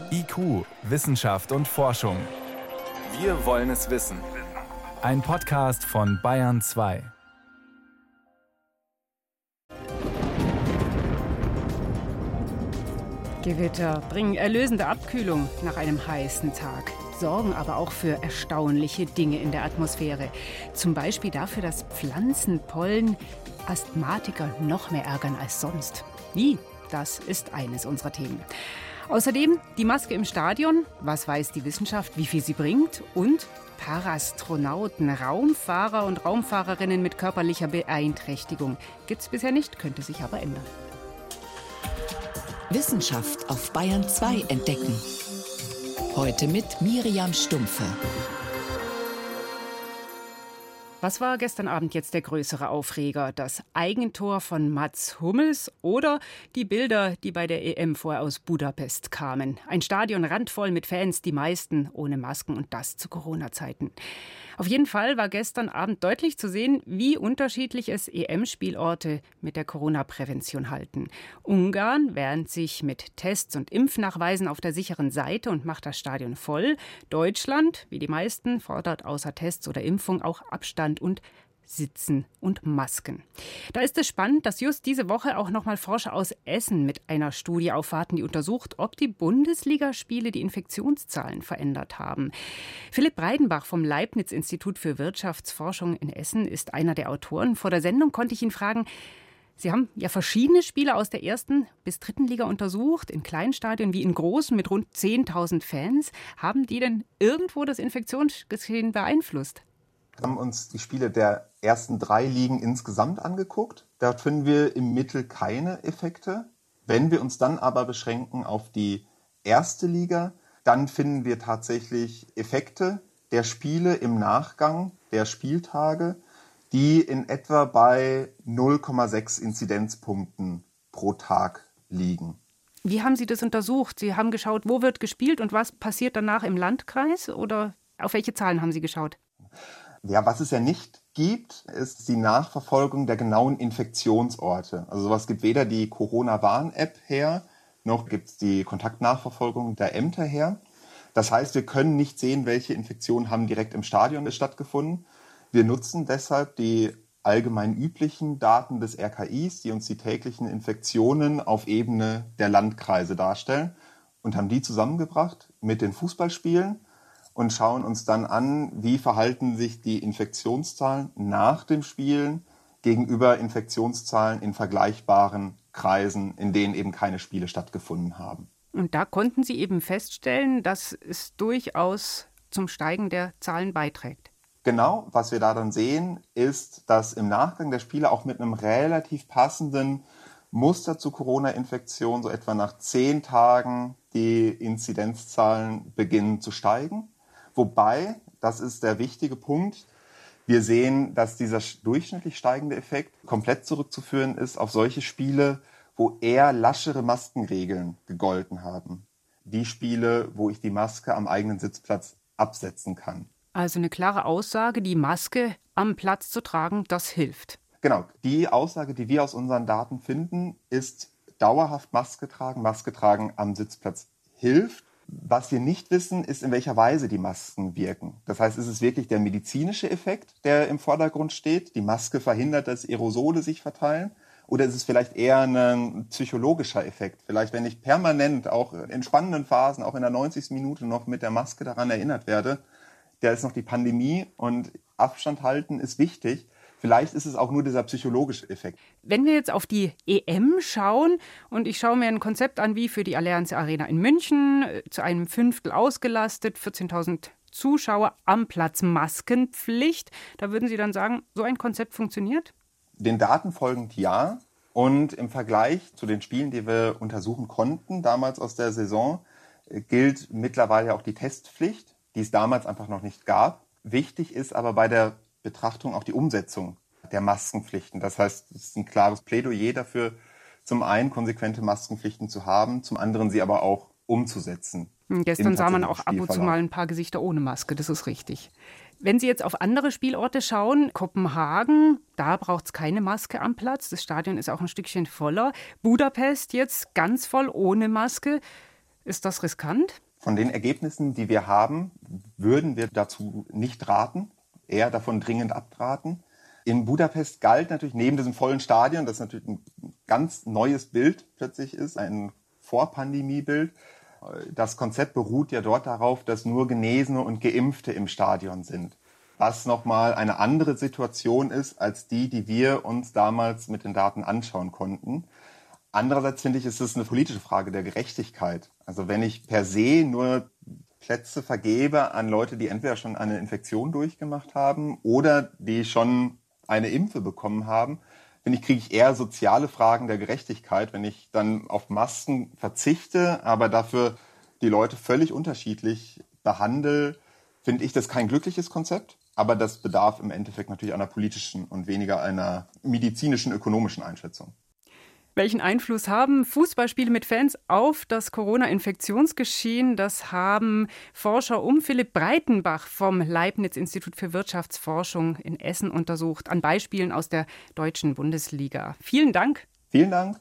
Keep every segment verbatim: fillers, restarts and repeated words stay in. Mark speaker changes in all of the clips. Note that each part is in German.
Speaker 1: I Q, Wissenschaft und Forschung. Wir wollen es wissen. Ein Podcast von Bayern zwei.
Speaker 2: Gewitter bringen erlösende Abkühlung nach einem heißen Tag, sorgen aber auch für erstaunliche Dinge in der Atmosphäre. Zum Beispiel dafür, dass Pflanzenpollen Asthmatiker noch mehr ärgern als sonst. Wie? Das ist eines unserer Themen. Außerdem die Maske im Stadion. Was weiß die Wissenschaft, wie viel sie bringt? Und Parastronauten, Raumfahrer und Raumfahrerinnen mit körperlicher Beeinträchtigung. Gibt's bisher nicht, könnte sich aber ändern.
Speaker 3: Wissenschaft auf Bayern zwei entdecken. Heute mit Miriam Stumpfe.
Speaker 2: Was war gestern Abend jetzt der größere Aufreger? Das Eigentor von Mats Hummels oder die Bilder, die bei der E M vorher aus Budapest kamen? Ein Stadion randvoll mit Fans, die meisten ohne Masken und das zu Corona-Zeiten. Auf jeden Fall war gestern Abend deutlich zu sehen, wie unterschiedlich es E M-Spielorte mit der Corona-Prävention halten. Ungarn wehrt sich mit Tests und Impfnachweisen auf der sicheren Seite und macht das Stadion voll. Deutschland, wie die meisten, fordert außer Tests oder Impfung auch Abstand und Sitzen und Masken. Da ist es spannend, dass just diese Woche auch nochmal Forscher aus Essen mit einer Studie aufwarten, die untersucht, ob die Bundesligaspiele die Infektionszahlen verändert haben. Philipp Breidenbach vom Leibniz-Institut für Wirtschaftsforschung in Essen ist einer der Autoren. Vor der Sendung konnte ich ihn fragen, Sie haben ja verschiedene Spiele aus der ersten bis dritten Liga untersucht, in kleinen Stadien wie in großen mit rund zehntausend Fans. Haben die denn irgendwo das Infektionsgeschehen beeinflusst?
Speaker 4: Wir haben uns die Spiele der ersten drei Ligen insgesamt angeguckt. Dort finden wir im Mittel keine Effekte. Wenn wir uns dann aber beschränken auf die erste Liga, dann finden wir tatsächlich Effekte der Spiele im Nachgang der Spieltage, die in etwa bei null Komma sechs Inzidenzpunkten pro Tag liegen.
Speaker 2: Wie haben Sie das untersucht? Sie haben geschaut, wo wird gespielt und was passiert danach im Landkreis? Oder auf welche Zahlen haben Sie geschaut?
Speaker 4: Ja, was es ja nicht gibt, ist die Nachverfolgung der genauen Infektionsorte. Also sowas gibt weder die Corona-Warn-App her, noch gibt es die Kontaktnachverfolgung der Ämter her. Das heißt, wir können nicht sehen, welche Infektionen haben direkt im Stadion stattgefunden. Wir nutzen deshalb die allgemein üblichen Daten des R K Is, die uns die täglichen Infektionen auf Ebene der Landkreise darstellen, und haben die zusammengebracht mit den Fußballspielen und schauen uns dann an, wie verhalten sich die Infektionszahlen nach dem Spielen gegenüber Infektionszahlen in vergleichbaren Kreisen, in denen eben keine Spiele stattgefunden haben.
Speaker 2: Und da konnten Sie eben feststellen, dass es durchaus zum Steigen der Zahlen beiträgt.
Speaker 4: Genau, was wir da dann sehen, ist, dass im Nachgang der Spiele auch mit einem relativ passenden Muster zu Corona-Infektion so etwa nach zehn Tagen die Inzidenzzahlen beginnen zu steigen. Wobei, das ist der wichtige Punkt, wir sehen, dass dieser durchschnittlich steigende Effekt komplett zurückzuführen ist auf solche Spiele, wo eher laschere Maskenregeln gegolten haben. Die Spiele, wo ich die Maske am eigenen Sitzplatz absetzen kann.
Speaker 2: Also eine klare Aussage, die Maske am Platz zu tragen, das hilft.
Speaker 4: Genau, die Aussage, die wir aus unseren Daten finden, ist dauerhaft Maske tragen. Maske tragen am Sitzplatz hilft. Was wir nicht wissen, ist, in welcher Weise die Masken wirken. Das heißt, ist es wirklich der medizinische Effekt, der im Vordergrund steht? Die Maske verhindert, dass Aerosole sich verteilen? Oder ist es vielleicht eher ein psychologischer Effekt? Vielleicht, wenn ich permanent, auch in spannenden Phasen, auch in der neunzigsten Minute noch mit der Maske daran erinnert werde, da ist noch die Pandemie und Abstand halten ist wichtig. Vielleicht ist es auch nur dieser psychologische Effekt.
Speaker 2: Wenn wir jetzt auf die E M schauen und ich schaue mir ein Konzept an wie für die Allianz Arena in München, zu einem Fünftel ausgelastet, vierzehntausend Zuschauer am Platz, Maskenpflicht, da würden Sie dann sagen, so ein Konzept funktioniert?
Speaker 4: Den Daten folgend ja. Und im Vergleich zu den Spielen, die wir untersuchen konnten, damals aus der Saison, gilt mittlerweile auch die Testpflicht, die es damals einfach noch nicht gab. Wichtig ist aber bei der Betrachtung auch die Umsetzung der Maskenpflichten. Das heißt, es ist ein klares Plädoyer dafür, zum einen konsequente Maskenpflichten zu haben, zum anderen sie aber auch umzusetzen.
Speaker 2: Gestern sah man auch ab und zu mal ein paar Gesichter ohne Maske, das ist richtig. Wenn Sie jetzt auf andere Spielorte schauen, Kopenhagen, da braucht es keine Maske am Platz. Das Stadion ist auch ein Stückchen voller. Budapest jetzt ganz voll ohne Maske. Ist das riskant?
Speaker 4: Von den Ergebnissen, die wir haben, würden wir dazu nicht raten, eher davon dringend abraten. In Budapest galt natürlich neben diesem vollen Stadion, das natürlich ein ganz neues Bild plötzlich ist, ein Vorpandemie-Bild. Das Konzept beruht ja dort darauf, dass nur Genesene und Geimpfte im Stadion sind. Was nochmal eine andere Situation ist, als die, die wir uns damals mit den Daten anschauen konnten. Andererseits finde ich, ist es eine politische Frage der Gerechtigkeit. Also wenn ich per se nur Plätze vergebe an Leute, die entweder schon eine Infektion durchgemacht haben oder die schon eine Impfe bekommen haben, finde ich, kriege ich eher soziale Fragen der Gerechtigkeit, wenn ich dann auf Masken verzichte, aber dafür die Leute völlig unterschiedlich behandle, finde ich das kein glückliches Konzept. Aber das bedarf im Endeffekt natürlich einer politischen und weniger einer medizinischen, ökonomischen Einschätzung.
Speaker 2: Welchen Einfluss haben Fußballspiele mit Fans auf das Corona-Infektionsgeschehen? Das haben Forscher um Philipp Breitenbach vom Leibniz-Institut für Wirtschaftsforschung in Essen untersucht, an Beispielen aus der deutschen Bundesliga. Vielen Dank.
Speaker 4: Vielen Dank.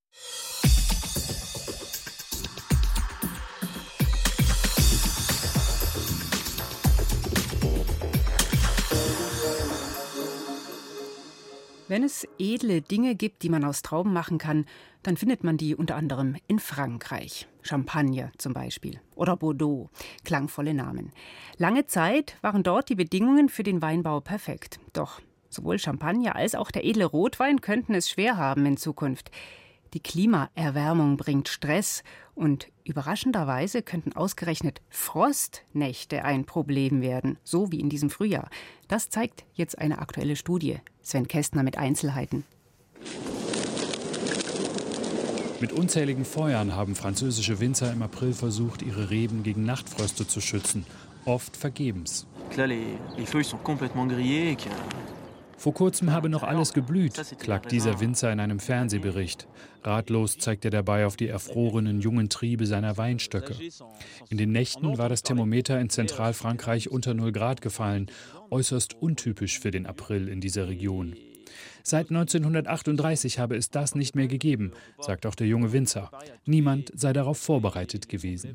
Speaker 2: Wenn es edle Dinge gibt, die man aus Trauben machen kann, dann findet man die unter anderem in Frankreich. Champagner zum Beispiel oder Bordeaux, klangvolle Namen. Lange Zeit waren dort die Bedingungen für den Weinbau perfekt. Doch sowohl Champagner als auch der edle Rotwein könnten es schwer haben in Zukunft. Die Klimaerwärmung bringt Stress und überraschenderweise könnten ausgerechnet Frostnächte ein Problem werden, so wie in diesem Frühjahr. Das zeigt jetzt eine aktuelle Studie. Sven Kästner mit Einzelheiten.
Speaker 5: Mit unzähligen Feuern haben französische Winzer im April versucht, ihre Reben gegen Nachtfröste zu schützen. Oft vergebens. Vor kurzem habe noch alles geblüht, klagt dieser Winzer in einem Fernsehbericht. Ratlos zeigt er dabei auf die erfrorenen jungen Triebe seiner Weinstöcke. In den Nächten war das Thermometer in Zentralfrankreich unter null Grad gefallen, äußerst untypisch für den April in dieser Region. Seit neunzehnhundertachtunddreißig habe es das nicht mehr gegeben, sagt auch der junge Winzer. Niemand sei darauf vorbereitet gewesen.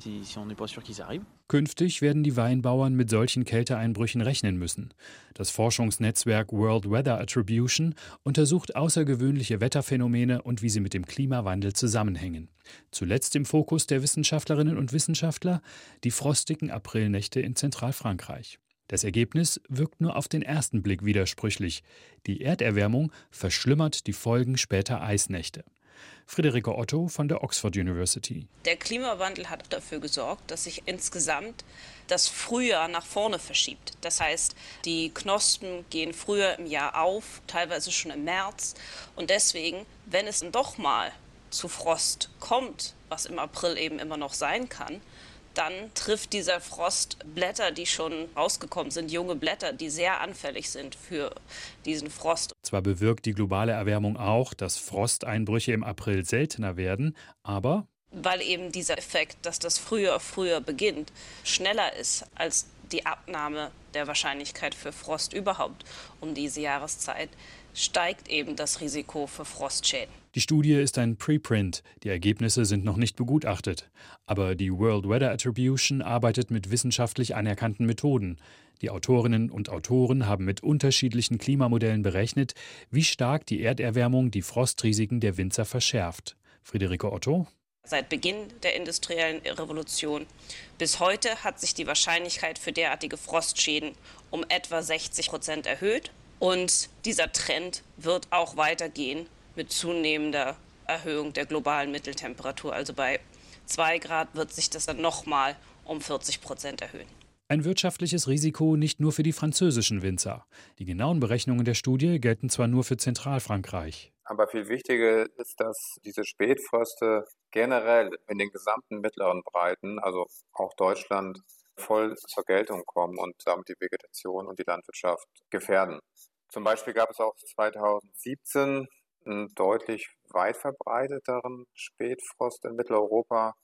Speaker 5: Künftig werden die Weinbauern mit solchen Kälteeinbrüchen rechnen müssen. Das Forschungsnetzwerk World Weather Attribution untersucht außergewöhnliche Wetterphänomene und wie sie mit dem Klimawandel zusammenhängen. Zuletzt im Fokus der Wissenschaftlerinnen und Wissenschaftler die frostigen Aprilnächte in Zentralfrankreich. Das Ergebnis wirkt nur auf den ersten Blick widersprüchlich. Die Erderwärmung verschlimmert die Folgen später Eisnächte. Friederike Otto von der Oxford University.
Speaker 6: Der Klimawandel hat dafür gesorgt, dass sich insgesamt das Frühjahr nach vorne verschiebt. Das heißt, die Knospen gehen früher im Jahr auf, teilweise schon im März. Und deswegen, wenn es doch mal zu Frost kommt, was im April eben immer noch sein kann, dann trifft dieser Frost Blätter, die schon rausgekommen sind, junge Blätter, die sehr anfällig sind für diesen Frost.
Speaker 5: Zwar bewirkt die globale Erwärmung auch, dass Frosteinbrüche im April seltener werden, aber
Speaker 6: weil eben dieser Effekt, dass das Frühjahr früher beginnt, schneller ist als die Abnahme der Wahrscheinlichkeit für Frost überhaupt um diese Jahreszeit, steigt eben das Risiko für Frostschäden.
Speaker 5: Die Studie ist ein Preprint. Die Ergebnisse sind noch nicht begutachtet. Aber die World Weather Attribution arbeitet mit wissenschaftlich anerkannten Methoden. Die Autorinnen und Autoren haben mit unterschiedlichen Klimamodellen berechnet, wie stark die Erderwärmung die Frostrisiken der Winzer verschärft. Friederike Otto.
Speaker 6: Seit Beginn der industriellen Revolution bis heute hat sich die Wahrscheinlichkeit für derartige Frostschäden um etwa sechzig Prozent erhöht. Und dieser Trend wird auch weitergehen mit zunehmender Erhöhung der globalen Mitteltemperatur. Also bei zwei Grad wird sich das dann nochmal um vierzig Prozent erhöhen.
Speaker 5: Ein wirtschaftliches Risiko nicht nur für die französischen Winzer. Die genauen Berechnungen der Studie gelten zwar nur für Zentralfrankreich.
Speaker 7: Aber viel wichtiger ist, dass diese Spätfröste generell in den gesamten mittleren Breiten, also auch Deutschland, voll zur Geltung kommen und damit die Vegetation und die Landwirtschaft gefährden. Zum Beispiel gab es auch zweitausendsiebzehn einen deutlich weit verbreiteteren Spätfrost in Mitteleuropa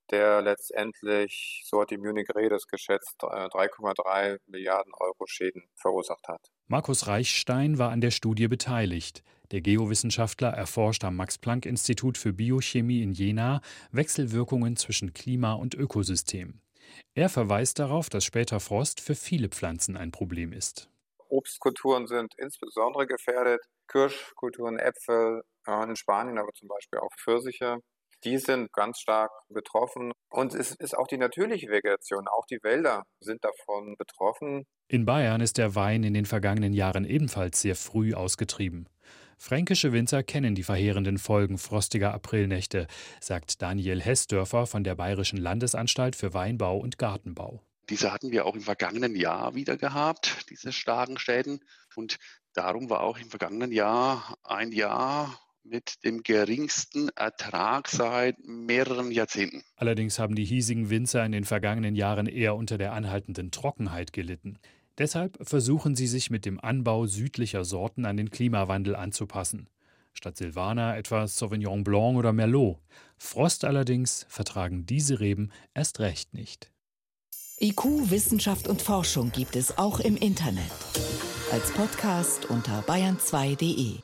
Speaker 7: der letztendlich, so hat die Munich Re das geschätzt, drei Komma drei Milliarden Euro Schäden verursacht hat.
Speaker 5: Markus Reichstein war an der Studie beteiligt. Der Geowissenschaftler erforscht am Max-Planck-Institut für Biochemie in Jena Wechselwirkungen zwischen Klima und Ökosystem. Er verweist darauf, dass später Frost für viele Pflanzen ein Problem ist.
Speaker 7: Obstkulturen sind insbesondere gefährdet, Kirschkulturen, Äpfel, in Spanien aber zum Beispiel auch Pfirsiche. Die sind ganz stark betroffen. Und es ist auch die natürliche Vegetation, auch die Wälder sind davon betroffen.
Speaker 5: In Bayern ist der Wein in den vergangenen Jahren ebenfalls sehr früh ausgetrieben. Fränkische Winzer kennen die verheerenden Folgen frostiger Aprilnächte, sagt Daniel Hessdörfer von der Bayerischen Landesanstalt für Weinbau und Gartenbau.
Speaker 8: Diese hatten wir auch im vergangenen Jahr wieder gehabt, diese starken Schäden. Und darum war auch im vergangenen Jahr ein Jahr mit dem geringsten Ertrag seit mehreren Jahrzehnten.
Speaker 5: Allerdings haben die hiesigen Winzer in den vergangenen Jahren eher unter der anhaltenden Trockenheit gelitten. Deshalb versuchen sie sich mit dem Anbau südlicher Sorten an den Klimawandel anzupassen. Statt Silvaner etwa Sauvignon Blanc oder Merlot. Frost allerdings vertragen diese Reben erst recht nicht.
Speaker 3: I Q, Wissenschaft und Forschung gibt es auch im Internet. Als Podcast unter bayern zwei punkt de.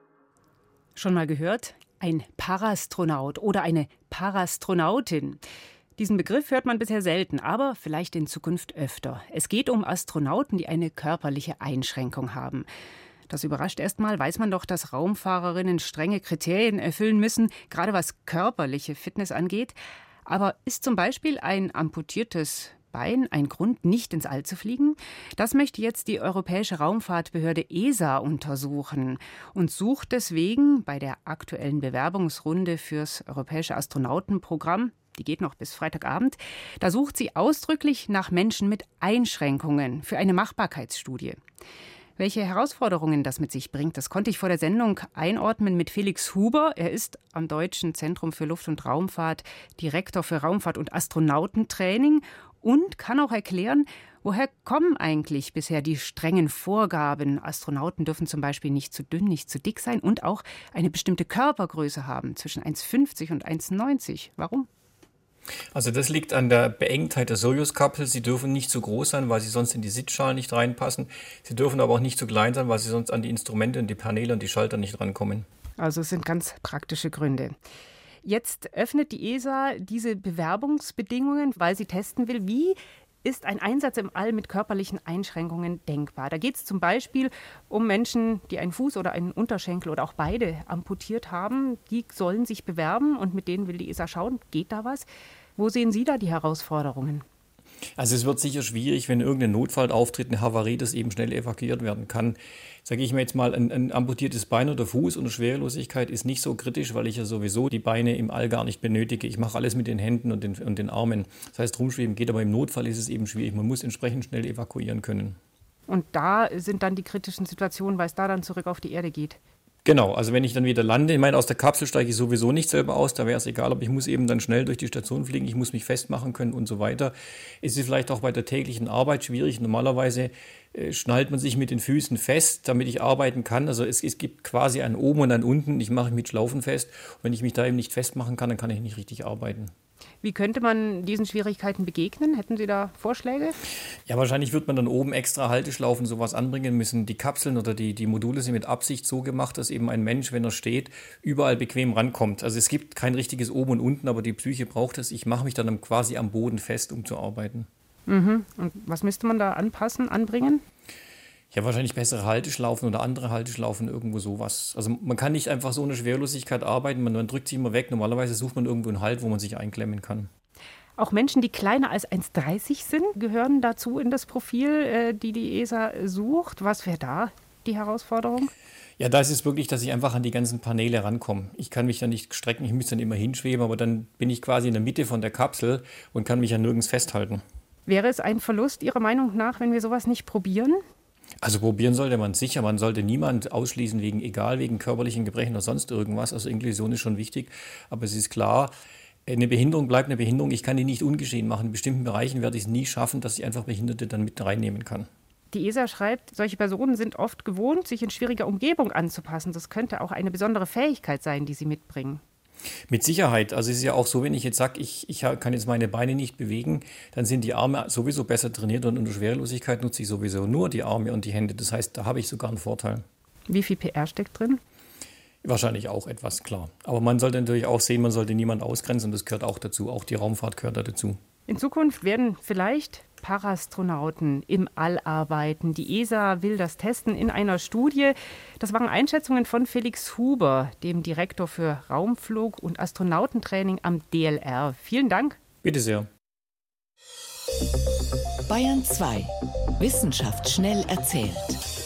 Speaker 2: Schon mal gehört? Ein Parastronaut oder eine Parastronautin. Diesen Begriff hört man bisher selten, aber vielleicht in Zukunft öfter. Es geht um Astronauten, die eine körperliche Einschränkung haben. Das überrascht erstmal, weiß man doch, dass Raumfahrerinnen strenge Kriterien erfüllen müssen, gerade was körperliche Fitness angeht. Aber ist zum Beispiel ein amputiertes Bein ein Grund, nicht ins All zu fliegen? Das möchte jetzt die Europäische Raumfahrtbehörde E S A untersuchen und sucht deswegen bei der aktuellen Bewerbungsrunde fürs Europäische Astronautenprogramm, die geht noch bis Freitagabend, da sucht sie ausdrücklich nach Menschen mit Einschränkungen für eine Machbarkeitsstudie. Welche Herausforderungen das mit sich bringt, das konnte ich vor der Sendung einordnen mit Felix Huber. Er ist am Deutschen Zentrum für Luft- und Raumfahrt Direktor für Raumfahrt- und Astronautentraining und kann auch erklären, woher kommen eigentlich bisher die strengen Vorgaben. Astronauten dürfen zum Beispiel nicht zu dünn, nicht zu dick sein und auch eine bestimmte Körpergröße haben, zwischen eins Komma fünfzig und eins Komma neunzig. Warum?
Speaker 9: Also das liegt an der Beengtheit der Sojus-Kapsel. Sie dürfen nicht zu groß sein, weil sie sonst in die Sitzschalen nicht reinpassen. Sie dürfen aber auch nicht zu klein sein, weil sie sonst an die Instrumente und die Paneele und die Schalter nicht rankommen.
Speaker 2: Also es sind ganz praktische Gründe. Jetzt öffnet die E S A diese Bewerbungsbedingungen, weil sie testen will, wie ist ein Einsatz im All mit körperlichen Einschränkungen denkbar. Da geht es zum Beispiel um Menschen, die einen Fuß oder einen Unterschenkel oder auch beide amputiert haben. Die sollen sich bewerben und mit denen will die E S A schauen, geht da was? Wo sehen Sie da die Herausforderungen?
Speaker 9: Also es wird sicher schwierig, wenn irgendein Notfall auftritt, eine Havarie, das eben schnell evakuiert werden kann. Sage ich mir jetzt mal, ein, ein amputiertes Bein oder Fuß und Schwerelosigkeit ist nicht so kritisch, weil ich ja sowieso die Beine im All gar nicht benötige. Ich mache alles mit den Händen und den, und den Armen. Das heißt, rumschweben geht, aber im Notfall ist es eben schwierig. Man muss entsprechend schnell evakuieren können.
Speaker 2: Und da sind dann die kritischen Situationen, weil es da dann zurück auf die Erde geht?
Speaker 9: Genau, also wenn ich dann wieder lande, ich meine, aus der Kapsel steige ich sowieso nicht selber aus, da wäre es egal, aber ich muss eben dann schnell durch die Station fliegen, ich muss mich festmachen können und so weiter. Es ist vielleicht auch bei der täglichen Arbeit schwierig. Normalerweise äh, schnallt man sich mit den Füßen fest, damit ich arbeiten kann. Also es, es gibt quasi ein Oben und ein Unten, ich mache mich mit Schlaufen fest. Und wenn ich mich da eben nicht festmachen kann, dann kann ich nicht richtig arbeiten.
Speaker 2: Wie könnte man diesen Schwierigkeiten begegnen? Hätten Sie da Vorschläge?
Speaker 9: Ja, wahrscheinlich wird man dann oben extra Halteschlaufen sowas anbringen müssen. Die Kapseln oder die, die Module sind mit Absicht so gemacht, dass eben ein Mensch, wenn er steht, überall bequem rankommt. Also es gibt kein richtiges Oben und Unten, aber die Psyche braucht es. Ich mache mich dann quasi am Boden fest, um zu arbeiten.
Speaker 2: Mhm. Und was müsste man da anpassen, anbringen?
Speaker 9: Ja, wahrscheinlich bessere Halteschlaufen oder andere Halteschlaufen, irgendwo sowas. Also man kann nicht einfach so eine Schwerelosigkeit arbeiten, man, man drückt sich immer weg. Normalerweise sucht man irgendwo einen Halt, wo man sich einklemmen kann.
Speaker 2: Auch Menschen, die kleiner als eins Komma dreißig sind, gehören dazu in das Profil, äh, die die E S A sucht. Was wäre da die Herausforderung?
Speaker 9: Ja, da ist es wirklich, dass ich einfach an die ganzen Paneele rankomme. Ich kann mich dann nicht strecken, ich muss dann immer hinschweben, aber dann bin ich quasi in der Mitte von der Kapsel und kann mich ja nirgends festhalten. Wäre
Speaker 2: es ein Verlust Ihrer Meinung nach, wenn wir sowas nicht probieren?
Speaker 9: Also probieren sollte man sicher. Man sollte niemand ausschließen, wegen egal wegen körperlichen Gebrechen oder sonst irgendwas. Also Inklusion ist schon wichtig. Aber es ist klar, eine Behinderung bleibt eine Behinderung. Ich kann die nicht ungeschehen machen. In bestimmten Bereichen werde ich es nie schaffen, dass ich einfach Behinderte dann mit reinnehmen kann.
Speaker 2: Die E S A schreibt, solche Personen sind oft gewohnt, sich in schwieriger Umgebung anzupassen. Das könnte auch eine besondere Fähigkeit sein, die sie mitbringen.
Speaker 9: Mit Sicherheit. Also es ist ja auch so, wenn ich jetzt sage, ich, ich kann jetzt meine Beine nicht bewegen, dann sind die Arme sowieso besser trainiert und unter Schwerelosigkeit nutze ich sowieso nur die Arme und die Hände. Das heißt, da habe ich sogar einen Vorteil.
Speaker 2: Wie viel P R steckt drin?
Speaker 9: Wahrscheinlich auch etwas, klar. Aber man sollte natürlich auch sehen, man sollte niemanden ausgrenzen und das gehört auch dazu. Auch die Raumfahrt gehört da dazu.
Speaker 2: In Zukunft werden vielleicht Parastronauten im All arbeiten. Die E S A will das testen in einer Studie. Das waren Einschätzungen von Felix Huber, dem Direktor für Raumflug und Astronautentraining am D L R. Vielen Dank.
Speaker 9: Bitte sehr.
Speaker 3: Bayern zwei. Wissenschaft schnell erzählt.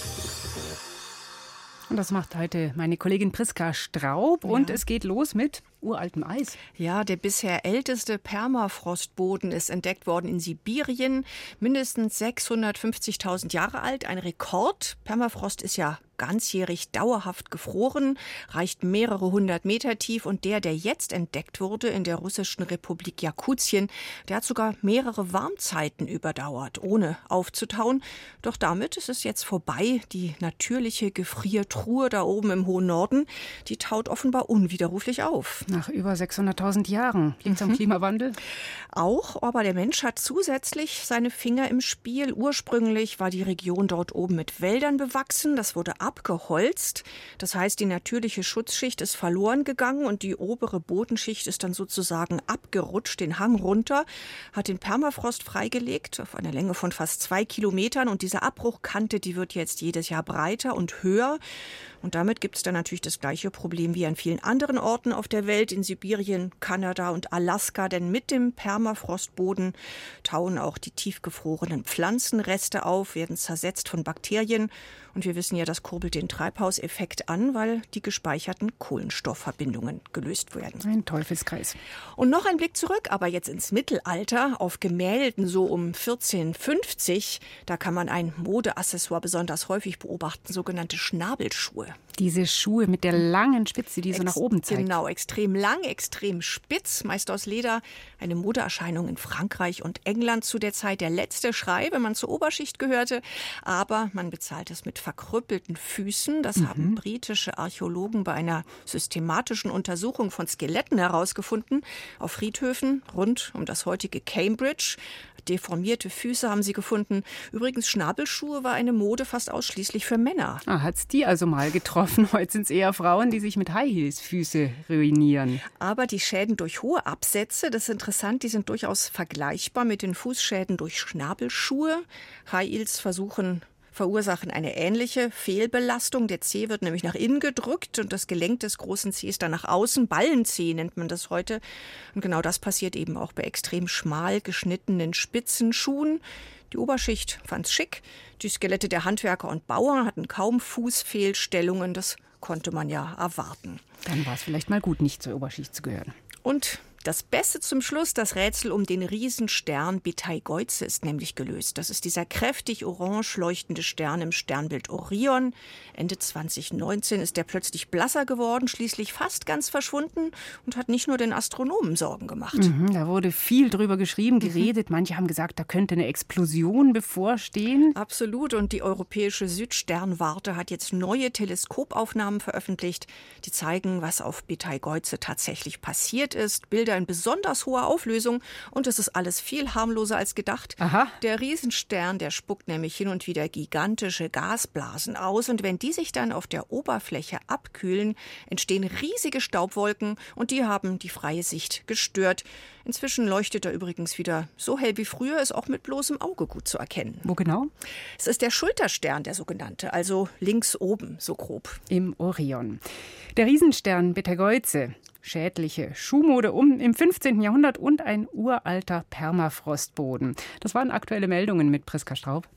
Speaker 2: Und das macht heute meine Kollegin Priska Straub. Ja. Und es geht los mit uraltem Eis.
Speaker 10: Ja, der bisher älteste Permafrostboden ist entdeckt worden in Sibirien. Mindestens sechshundertfünfzigtausend Jahre alt, ein Rekord. Permafrost ist ja ganzjährig dauerhaft gefroren, reicht mehrere hundert Meter tief. Und der, der jetzt entdeckt wurde in der russischen Republik Jakutien, der hat sogar mehrere Warmzeiten überdauert, ohne aufzutauen. Doch damit ist es jetzt vorbei. Die natürliche Gefriertruhe da oben im hohen Norden, die taut offenbar unwiderruflich auf.
Speaker 2: Nach über sechshunderttausend Jahren. Liegt es am Klimawandel?
Speaker 10: Auch, aber der Mensch hat zusätzlich seine Finger im Spiel. Ursprünglich war die Region dort oben mit Wäldern bewachsen. Das wurde abgeholzt. Das heißt, die natürliche Schutzschicht ist verloren gegangen und die obere Bodenschicht ist dann sozusagen abgerutscht, den Hang runter, hat den Permafrost freigelegt auf einer Länge von fast zwei Kilometern. Und diese Abbruchkante, die wird jetzt jedes Jahr breiter und höher. Und damit gibt es dann natürlich das gleiche Problem wie an vielen anderen Orten auf der Welt, in Sibirien, Kanada und Alaska. Denn mit dem Permafrostboden tauen auch die tiefgefrorenen Pflanzenreste auf, werden zersetzt von Bakterien. Und wir wissen ja, das kurbelt den Treibhauseffekt an, weil die gespeicherten Kohlenstoffverbindungen gelöst werden.
Speaker 2: Ein Teufelskreis.
Speaker 10: Und noch ein Blick zurück, aber jetzt ins Mittelalter, auf Gemälden so um vierzehnhundertfünfzig. Da kann man ein Modeaccessoire besonders häufig beobachten, sogenannte Schnabelschuhe.
Speaker 2: Diese Schuhe mit der langen Spitze, die so nach oben zeigt.
Speaker 10: Genau, extrem lang, extrem spitz, meist aus Leder. Eine Modeerscheinung in Frankreich und England zu der Zeit. Der letzte Schrei, wenn man zur Oberschicht gehörte. Aber man bezahlt es mit verkrüppelten Füßen. Das mhm. haben britische Archäologen bei einer systematischen Untersuchung von Skeletten herausgefunden. Auf Friedhöfen rund um das heutige Cambridge. Deformierte Füße haben sie gefunden. Übrigens, Schnabelschuhe war eine Mode fast ausschließlich für Männer.
Speaker 2: Ah, hat's die also mal getroffen? Heute sind es eher Frauen, die sich mit High Heels Füße ruinieren.
Speaker 10: Aber die Schäden durch hohe Absätze, das ist interessant, die sind durchaus vergleichbar mit den Fußschäden durch Schnabelschuhe. High Heels versuchen verursachen eine ähnliche Fehlbelastung. Der Zeh wird nämlich nach innen gedrückt und das Gelenk des großen Zehs dann nach außen. Ballenzeh nennt man das heute. Und genau das passiert eben auch bei extrem schmal geschnittenen Spitzenschuhen. Die Oberschicht fand's schick. Die Skelette der Handwerker und Bauern hatten kaum Fußfehlstellungen. Das konnte man ja erwarten.
Speaker 2: Dann war es vielleicht mal gut, nicht zur Oberschicht zu gehören.
Speaker 10: Und das Beste zum Schluss, das Rätsel um den Riesenstern Beteigeuze ist nämlich gelöst. Das ist dieser kräftig orange leuchtende Stern im Sternbild Orion. Ende zwanzig neunzehn ist der plötzlich blasser geworden, schließlich fast ganz verschwunden und hat nicht nur den Astronomen Sorgen gemacht.
Speaker 2: Mhm, da wurde viel drüber geschrieben, geredet. Mhm. Manche haben gesagt, da könnte eine Explosion bevorstehen.
Speaker 10: Absolut. Und die Europäische Südsternwarte hat jetzt neue Teleskopaufnahmen veröffentlicht, die zeigen, was auf Beteigeuze tatsächlich passiert ist. Bilder in besonders hoher Auflösung und es ist alles viel harmloser als gedacht.
Speaker 2: Aha.
Speaker 10: Der Riesenstern, der spuckt nämlich hin und wieder gigantische Gasblasen aus und wenn die sich dann auf der Oberfläche abkühlen, entstehen riesige Staubwolken und die haben die freie Sicht gestört. Inzwischen leuchtet er übrigens wieder so hell wie früher, ist auch mit bloßem Auge gut zu erkennen.
Speaker 2: Wo genau?
Speaker 10: Es ist der Schulterstern, der sogenannte, also links oben, so grob.
Speaker 2: Im Orion. Der Riesenstern Beteigeuze. Schädliche Schuhmode um im fünfzehnten Jahrhundert und ein uralter Permafrostboden. Das waren aktuelle Meldungen mit Priska Straub.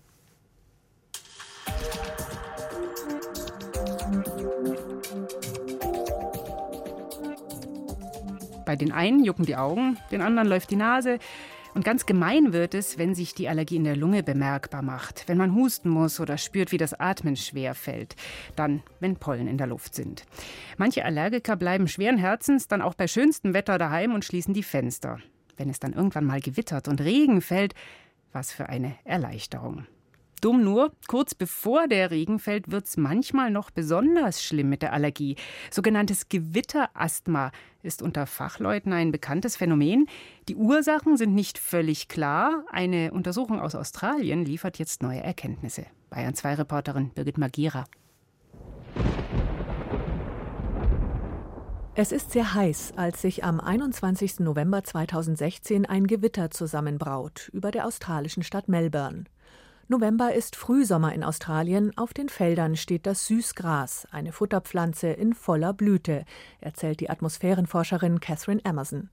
Speaker 2: Bei den einen jucken die Augen, den anderen läuft die Nase. Und ganz gemein wird es, wenn sich die Allergie in der Lunge bemerkbar macht, wenn man husten muss oder spürt, wie das Atmen schwer fällt, dann, wenn Pollen in der Luft sind. Manche Allergiker bleiben schweren Herzens dann auch bei schönstem Wetter daheim und schließen die Fenster. Wenn es dann irgendwann mal gewittert und Regen fällt, was für eine Erleichterung. Dumm nur, kurz bevor der Regen fällt, wird es manchmal noch besonders schlimm mit der Allergie. Sogenanntes Gewitterasthma ist unter Fachleuten ein bekanntes Phänomen. Die Ursachen sind nicht völlig klar. Eine Untersuchung aus Australien liefert jetzt neue Erkenntnisse. Bayern zwei Reporterin Birgit Magira.
Speaker 11: Es ist sehr heiß, als sich am einundzwanzigsten November zweitausendsechzehn ein Gewitter zusammenbraut über der australischen Stadt Melbourne. November ist Frühsommer in Australien. Auf den Feldern steht das Süßgras, eine Futterpflanze in voller Blüte, erzählt die Atmosphärenforscherin Catherine Emerson.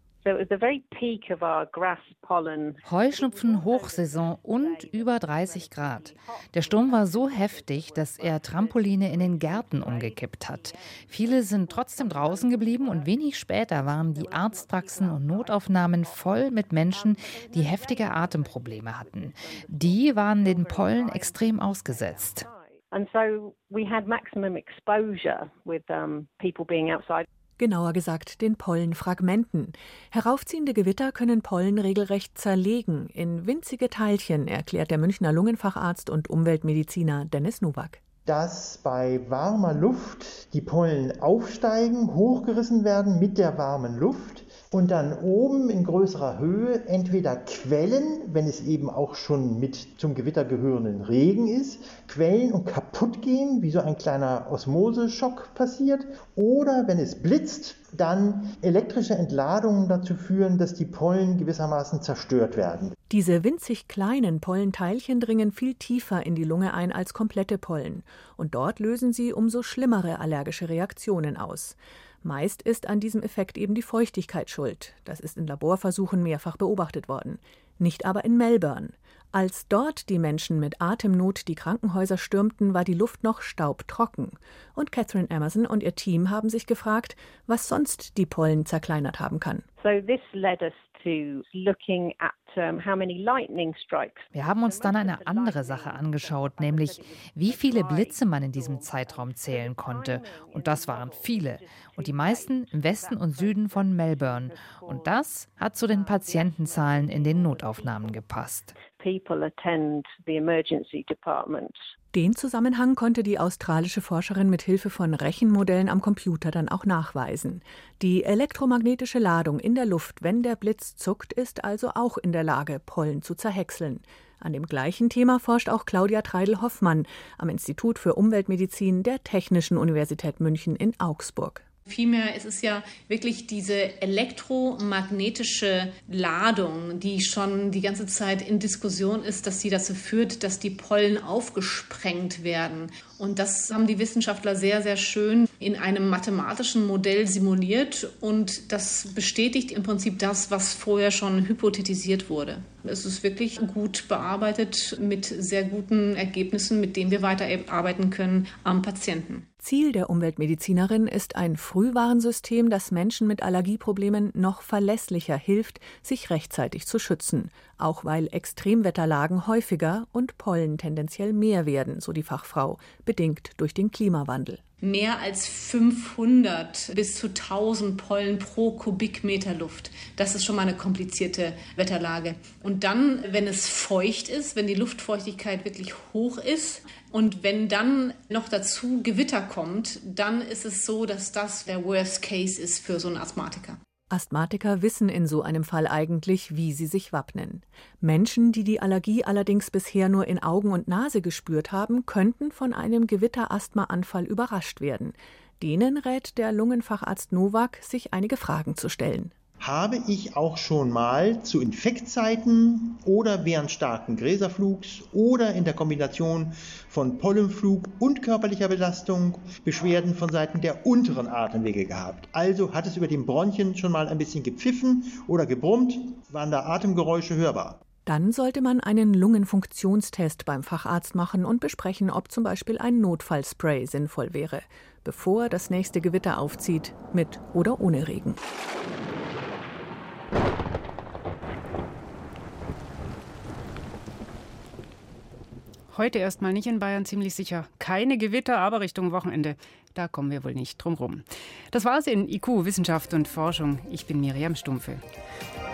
Speaker 12: Heuschnupfen-Hochsaison und über dreißig Grad. Der Sturm war so heftig, dass er Trampoline in den Gärten umgekippt hat. Viele sind trotzdem draußen geblieben und wenig später waren die Arztpraxen und Notaufnahmen voll mit Menschen, die heftige Atemprobleme hatten. Die waren den Pollen extrem ausgesetzt.
Speaker 11: And so we had maximum exposure with um, people being outside. Genauer gesagt den Pollenfragmenten. Heraufziehende Gewitter können Pollen regelrecht zerlegen in winzige Teilchen, erklärt der Münchner Lungenfacharzt und Umweltmediziner Dennis Nowak.
Speaker 13: Dass bei warmer Luft die Pollen aufsteigen, hochgerissen werden mit der warmen Luft und dann oben in größerer Höhe entweder quellen, wenn es eben auch schon mit zum Gewitter gehörenden Regen ist, quellen und kaputt gehen, wie so ein kleiner Osmoseschock passiert, oder wenn es blitzt, dann elektrische Entladungen dazu führen, dass die Pollen gewissermaßen zerstört werden.
Speaker 11: Diese winzig kleinen Pollenteilchen dringen viel tiefer in die Lunge ein als komplette Pollen. Und dort lösen sie umso schlimmere allergische Reaktionen aus. Meist ist an diesem Effekt eben die Feuchtigkeit schuld. Das ist in Laborversuchen mehrfach beobachtet worden. Nicht aber in Melbourne. Als dort die Menschen mit Atemnot die Krankenhäuser stürmten, war die Luft noch staubtrocken. Und Catherine Emerson und ihr Team haben sich gefragt, was sonst die Pollen zerkleinert haben kann.
Speaker 12: So this led us to looking at um, how many lightning strikes. Wir haben uns dann eine andere Sache angeschaut, nämlich wie viele Blitze man in diesem Zeitraum zählen konnte. Und das waren viele. Und die meisten im Westen und Süden von Melbourne. Und das hat zu den Patientenzahlen in den Notaufnahmen gepasst. People attend the emergency department.
Speaker 11: Den Zusammenhang konnte die australische Forscherin mit Hilfe von Rechenmodellen am Computer dann auch nachweisen. Die elektromagnetische Ladung in der Luft, wenn der Blitz zuckt, ist also auch in der Lage, Pollen zu zerhäckseln. An dem gleichen Thema forscht auch Claudia Treidel-Hoffmann am Institut für Umweltmedizin der Technischen Universität München in Augsburg.
Speaker 14: Vielmehr ist es ja wirklich diese elektromagnetische Ladung, die schon die ganze Zeit in Diskussion ist, dass sie dazu führt, dass die Pollen aufgesprengt werden. Und das haben die Wissenschaftler sehr, sehr schön in einem mathematischen Modell simuliert. Und das bestätigt im Prinzip das, was vorher schon hypothetisiert wurde. Es ist wirklich gut bearbeitet mit sehr guten Ergebnissen, mit denen wir weiterarbeiten können am Patienten.
Speaker 11: Ziel der Umweltmedizinerin ist ein Frühwarnsystem, das Menschen mit Allergieproblemen noch verlässlicher hilft, sich rechtzeitig zu schützen. Auch weil Extremwetterlagen häufiger und Pollen tendenziell mehr werden, so die Fachfrau, bedingt durch den Klimawandel.
Speaker 14: Mehr als fünfhundert bis zu tausend Pollen pro Kubikmeter Luft. Das ist schon mal eine komplizierte Wetterlage. Und dann, wenn es feucht ist, wenn die Luftfeuchtigkeit wirklich hoch ist und wenn dann noch dazu Gewitter kommt, dann ist es so, dass das der Worst Case ist für so einen Asthmatiker.
Speaker 11: Asthmatiker wissen in so einem Fall eigentlich, wie sie sich wappnen. Menschen, die die Allergie allerdings bisher nur in Augen und Nase gespürt haben, könnten von einem Gewitter-Asthma-Anfall überrascht werden. Denen rät der Lungenfacharzt Nowak, sich einige Fragen zu stellen.
Speaker 13: Habe ich auch schon mal zu Infektzeiten oder während starken Gräserflugs oder in der Kombination von Pollenflug und körperlicher Belastung Beschwerden von Seiten der unteren Atemwege gehabt. Also hat es über den Bronchien schon mal ein bisschen gepfiffen oder gebrummt, waren da Atemgeräusche hörbar.
Speaker 11: Dann sollte man einen Lungenfunktionstest beim Facharzt machen und besprechen, ob zum Beispiel ein Notfallspray sinnvoll wäre, bevor das nächste Gewitter aufzieht, mit oder ohne Regen.
Speaker 2: Heute erstmal nicht in Bayern, ziemlich sicher. Keine Gewitter, aber Richtung Wochenende. Da kommen wir wohl nicht drum rum. Das war's in I Q, Wissenschaft und Forschung. Ich bin Miriam Stumpfe.